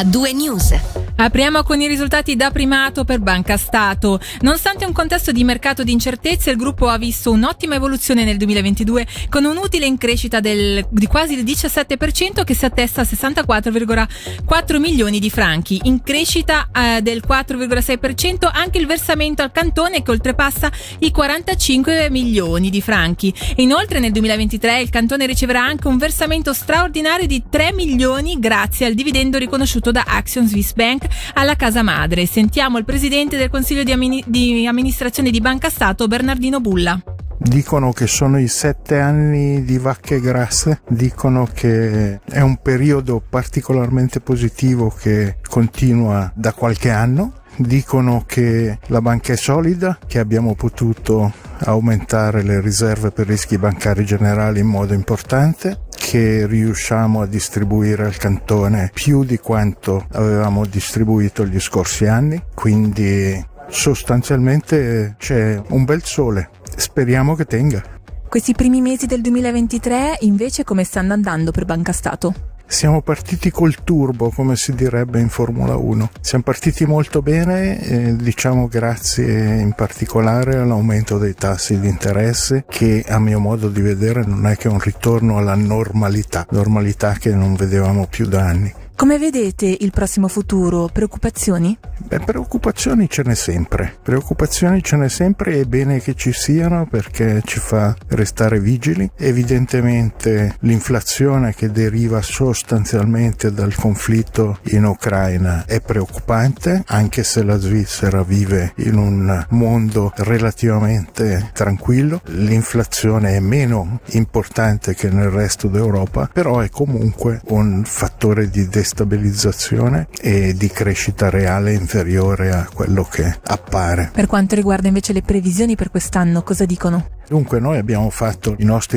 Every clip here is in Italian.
A2 News. Apriamo con i risultati da primato per Banca Stato. Nonostante un contesto di mercato di incertezze, il gruppo ha visto un'ottima evoluzione nel 2022 con un utile in crescita di quasi il 17% che si attesta a 64,4 milioni di franchi. In crescita del 4,6% anche il versamento al cantone che oltrepassa i 45 milioni di franchi. Inoltre nel 2023 il cantone riceverà anche un versamento straordinario di 3 milioni grazie al dividendo riconosciuto da Action Swiss Bank alla casa madre. Sentiamo il presidente del consiglio di amministrazione di Banca Stato, Bernardino Bulla. Dicono che sono i 7 anni di vacche grasse, dicono che è un periodo particolarmente positivo che continua da qualche anno. Dicono che la banca è solida, che abbiamo potuto aumentare le riserve per rischi bancari generali in modo importante, che riusciamo a distribuire al cantone più di quanto avevamo distribuito gli scorsi anni, quindi sostanzialmente c'è un bel sole, speriamo che tenga. Questi primi mesi del 2023 invece come stanno andando per Banca Stato? Siamo partiti col turbo, come si direbbe in Formula 1. Siamo partiti molto bene, diciamo grazie in particolare all'aumento dei tassi di interesse, che a mio modo di vedere non è che un ritorno alla normalità che non vedevamo più da anni. Come vedete il prossimo futuro? Preoccupazioni? Preoccupazioni ce n'è sempre. È bene che ci siano perché ci fa restare vigili. Evidentemente l'inflazione che deriva sostanzialmente dal conflitto in Ucraina è preoccupante, anche se la Svizzera vive in un mondo relativamente tranquillo. L'inflazione è meno importante che nel resto d'Europa, però è comunque un fattore di destabilizzazione e di crescita reale inferiore a quello che appare. Per quanto riguarda invece le previsioni per quest'anno, cosa dicono? Dunque noi abbiamo fatto i nostri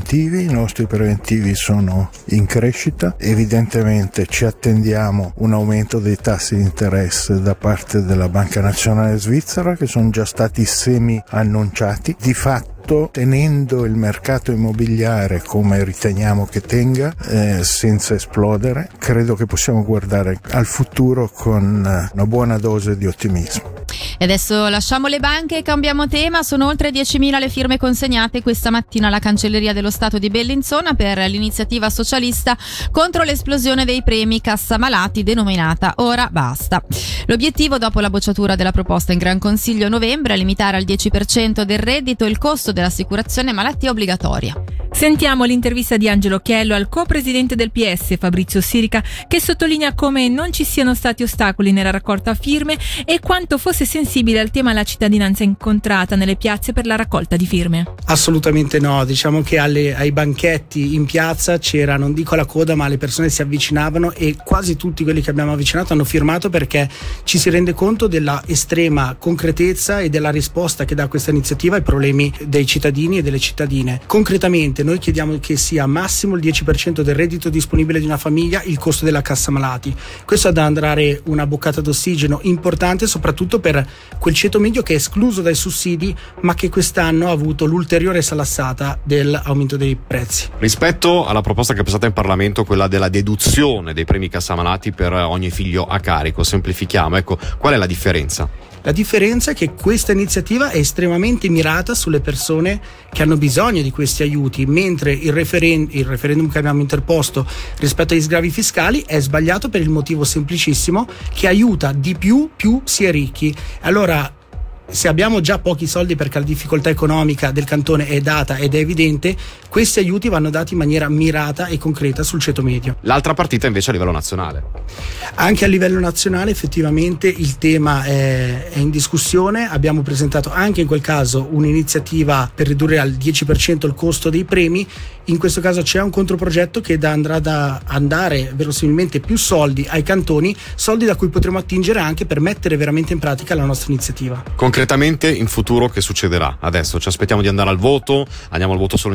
preventivi sono in crescita, evidentemente ci attendiamo un aumento dei tassi di interesse da parte della Banca Nazionale Svizzera che sono già stati semi annunciati, di fatto tenendo il mercato immobiliare come riteniamo che tenga, senza esplodere. Credo che possiamo guardare al futuro con una buona dose di ottimismo. E adesso lasciamo le banche e cambiamo tema. Sono oltre 10.000 le firme consegnate questa mattina alla Cancelleria dello Stato di Bellinzona per l'iniziativa socialista contro l'esplosione dei premi Cassa Malati denominata Ora Basta. L'obiettivo, dopo la bocciatura della proposta in Gran Consiglio a novembre, è limitare al 10% del reddito il costo dell'assicurazione malattia obbligatoria. Sentiamo l'intervista di Angelo Chiello al co-presidente del PS Fabrizio Sirica, che sottolinea come non ci siano stati ostacoli nella raccolta firme e quanto fosse sensibile al tema la cittadinanza incontrata nelle piazze per la raccolta di firme. Assolutamente no, diciamo che ai banchetti in piazza c'era, non dico la coda, ma le persone si avvicinavano e quasi tutti quelli che abbiamo avvicinato hanno firmato perché ci si rende conto della estrema concretezza e della risposta che dà questa iniziativa ai problemi dei cittadini e delle cittadine. Concretamente noi chiediamo che sia massimo il 10% del reddito disponibile di una famiglia il costo della cassa malati. Questo ad andare una boccata d'ossigeno importante soprattutto per quel ceto medio che è escluso dai sussidi ma che quest'anno ha avuto l'ulteriore salassata dell'aumento dei prezzi. Rispetto alla proposta che è passata in Parlamento, quella della deduzione dei premi cassa malati per ogni figlio a carico, semplifichiamo, ecco, qual è la differenza? La differenza è che questa iniziativa è estremamente mirata sulle persone che hanno bisogno di questi aiuti, mentre il referendum che abbiamo interposto rispetto agli sgravi fiscali è sbagliato per il motivo semplicissimo che aiuta di più si è ricchi. Allora, se abbiamo già pochi soldi perché la difficoltà economica del cantone è data ed è evidente, questi aiuti vanno dati in maniera mirata e concreta sul ceto medio. L'altra partita invece a livello nazionale. Anche a livello nazionale effettivamente il tema è in discussione. Abbiamo presentato anche in quel caso un'iniziativa per ridurre al 10% il costo dei premi. In questo caso c'è un controprogetto che andrà da andare verosimilmente più soldi ai cantoni, soldi da cui potremo attingere anche per mettere veramente in pratica la nostra iniziativa. Concretamente in futuro che succederà? Adesso ci aspettiamo di andare al voto? Andiamo al voto solo in Ticino?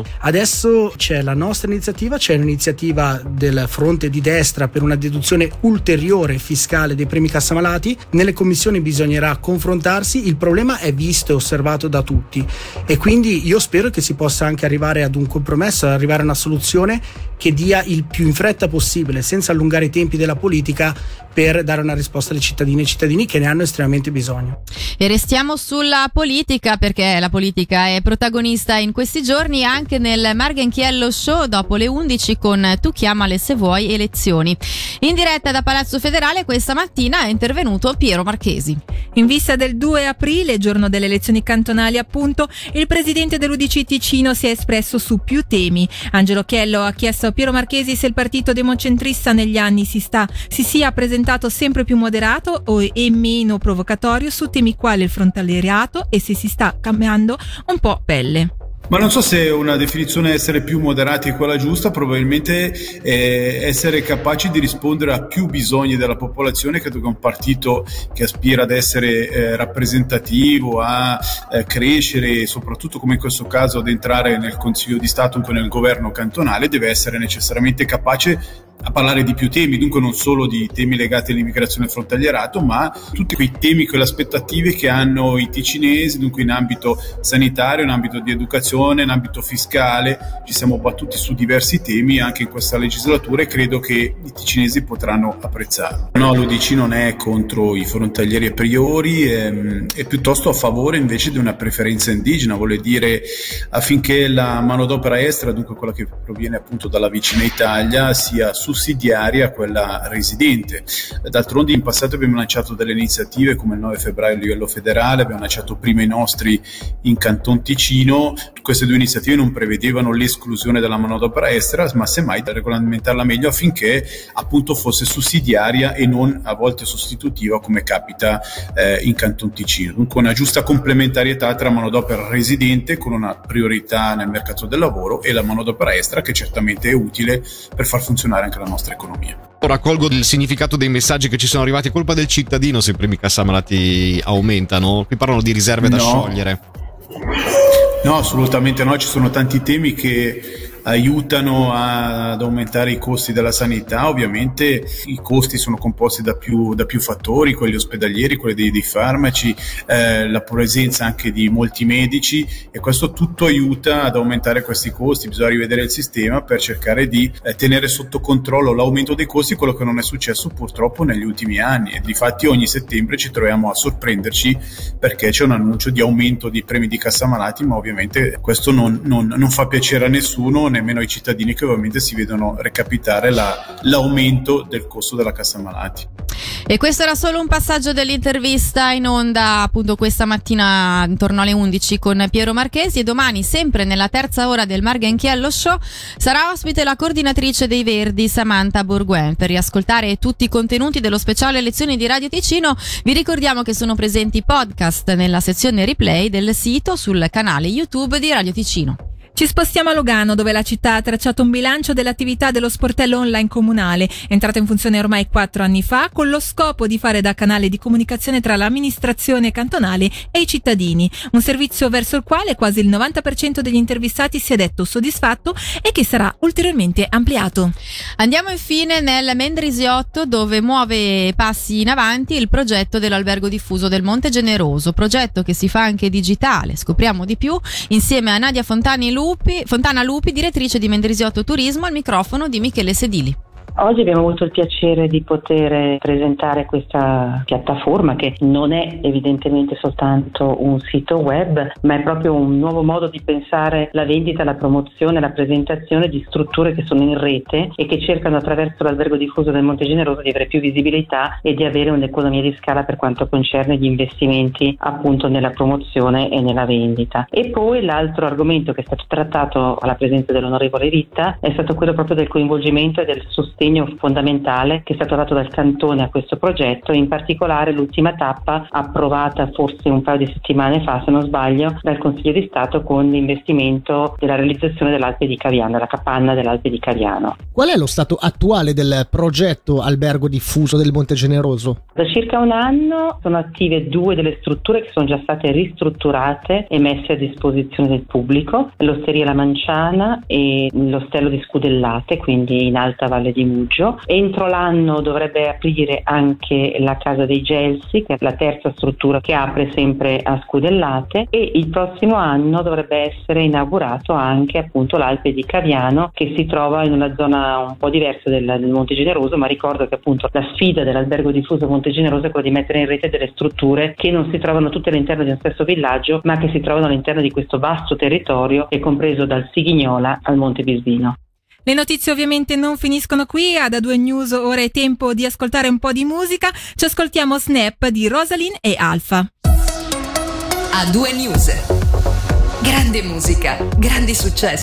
Ticino? Adesso c'è la nostra iniziativa, c'è un'iniziativa del fronte di destra per una deduzione ulteriore fiscale dei premi cassamalati. Nelle commissioni bisognerà confrontarsi, il problema è visto e osservato da tutti e quindi io spero che si possa anche arrivare ad un compromesso, ad arrivare a una soluzione che dia il più in fretta possibile, senza allungare i tempi della politica, per dare una risposta alle cittadine e cittadini che ne hanno estremamente bisogno. E restiamo sulla politica, perché la politica è protagonista in questi giorni anche nel Marghenchiello Show dopo le 11 con Tu chiamale se vuoi elezioni. In diretta da Palazzo Federale questa mattina è intervenuto Piero Marchesi. In vista del 2 aprile, giorno delle elezioni cantonali appunto, il presidente dell'UDC Ticino si è espresso su più temi. Angelo Chiello ha chiesto a Piero Marchesi se il partito democentrista negli anni si sia presentato sempre più moderato e meno provocatorio su temi quali il frontalierato e se si sta cambiando un po' pelle. Ma non so se una definizione essere più moderati è quella giusta, probabilmente essere capaci di rispondere a più bisogni della popolazione. Credo che un partito che aspira ad essere rappresentativo, a crescere e soprattutto, come in questo caso, ad entrare nel Consiglio di Stato, dunque nel governo cantonale, deve essere necessariamente capace a parlare di più temi, dunque non solo di temi legati all'immigrazione e al frontalierato, ma tutti quei temi, quelle aspettative che hanno i ticinesi, dunque in ambito sanitario, in ambito di educazione, in ambito fiscale. Ci siamo battuti su diversi temi anche in questa legislatura e credo che i ticinesi potranno apprezzarlo. No, l'UDC non è contro i frontalieri a priori, è piuttosto a favore invece di una preferenza indigena, vuole dire affinché la manodopera estera, dunque quella che proviene appunto dalla vicina Italia, sia sussidiaria a quella residente. D'altronde in passato abbiamo lanciato delle iniziative come il 9 febbraio a livello federale, abbiamo lanciato prima i nostri in Canton Ticino. Queste due iniziative non prevedevano l'esclusione della manodopera estera, ma semmai da regolamentarla meglio affinché appunto fosse sussidiaria e non a volte sostitutiva come capita in Canton Ticino. Dunque una giusta complementarietà tra manodopera residente con una priorità nel mercato del lavoro e la manodopera estera, che certamente è utile per far funzionare anche la nostra economia. Raccolgo il significato dei messaggi che ci sono arrivati. È colpa del cittadino se i premi cassamalati aumentano? Qui parlano di riserve da sciogliere. No, assolutamente no, ci sono tanti temi che aiutano ad aumentare i costi della sanità. Ovviamente i costi sono composti da più fattori, quelli ospedalieri, quelli dei farmaci, la presenza anche di molti medici, e questo tutto aiuta ad aumentare questi costi. Bisogna rivedere il sistema per cercare di tenere sotto controllo l'aumento dei costi, quello che non è successo purtroppo negli ultimi anni, e difatti ogni settembre ci troviamo a sorprenderci perché c'è un annuncio di aumento di premi di cassamalati, ma ovviamente questo non fa piacere a nessuno, nemmeno ai cittadini, che ovviamente si vedono recapitare l'aumento del costo della cassamalati. E questo era solo un passaggio dell'intervista in onda appunto questa mattina intorno alle 11 con Piero Marchesi, e domani, sempre nella terza ora del Marghenchiello Show, sarà ospite la coordinatrice dei Verdi Samantha Bourgoin. Per riascoltare tutti i contenuti dello speciale elezioni di Radio Ticino vi ricordiamo che sono presenti podcast nella sezione replay del sito, sul canale YouTube di Radio Ticino. Ci spostiamo a Lugano, dove la città ha tracciato un bilancio dell'attività dello sportello online comunale, entrato in funzione ormai 4 anni fa, con lo scopo di fare da canale di comunicazione tra l'amministrazione cantonale e i cittadini. Un servizio verso il quale quasi il 90% degli intervistati si è detto soddisfatto e che sarà ulteriormente ampliato. Andiamo infine nel Mendrisiotto, dove muove passi in avanti il progetto dell'albergo diffuso del Monte Generoso, progetto che si fa anche digitale. Scopriamo di più insieme a Nadia Fontana Lupi, direttrice di Mendrisiotto Turismo, al microfono di Michele Sedili. Oggi abbiamo avuto il piacere di poter presentare questa piattaforma, che non è evidentemente soltanto un sito web, ma è proprio un nuovo modo di pensare la vendita, la promozione, la presentazione di strutture che sono in rete e che cercano, attraverso l'albergo diffuso del Monte Generoso, di avere più visibilità e di avere un'economia di scala per quanto concerne gli investimenti appunto nella promozione e nella vendita. E poi l'altro argomento che è stato trattato alla presenza dell'onorevole Ritta è stato quello proprio del coinvolgimento e del sostegno sostegno fondamentale che è stato dato dal Cantone a questo progetto, in particolare l'ultima tappa approvata forse un paio di settimane fa, se non sbaglio, dal Consiglio di Stato con l'investimento della realizzazione dell'Alpe di Caviano, della capanna dell'Alpe di Caviano. Qual è lo stato attuale del progetto albergo diffuso del Monte Generoso? Da circa un anno sono attive 2 delle strutture che sono già state ristrutturate e messe a disposizione del pubblico, l'Osteria La Manciana e l'Ostello di Scudellate, quindi in Alta Valle di Muggio. Entro l'anno dovrebbe aprire anche la Casa dei Gelsi, che è la terza struttura che apre sempre a Scudellate, e il prossimo anno dovrebbe essere inaugurato anche appunto l'Alpe di Caviano, che si trova in una zona un po' diversa del Monte Generoso, ma ricordo che appunto la sfida dell'albergo diffuso Monte Generoso è quella di mettere in rete delle strutture che non si trovano tutte all'interno di un stesso villaggio, ma che si trovano all'interno di questo vasto territorio che è compreso dal Sighignola al Monte Bisbino. Le notizie ovviamente non finiscono qui, ad A2 News ora è tempo di ascoltare un po' di musica, ci ascoltiamo Snap di Rosaline e Alfa. A2 News. Grande musica, grandi successi.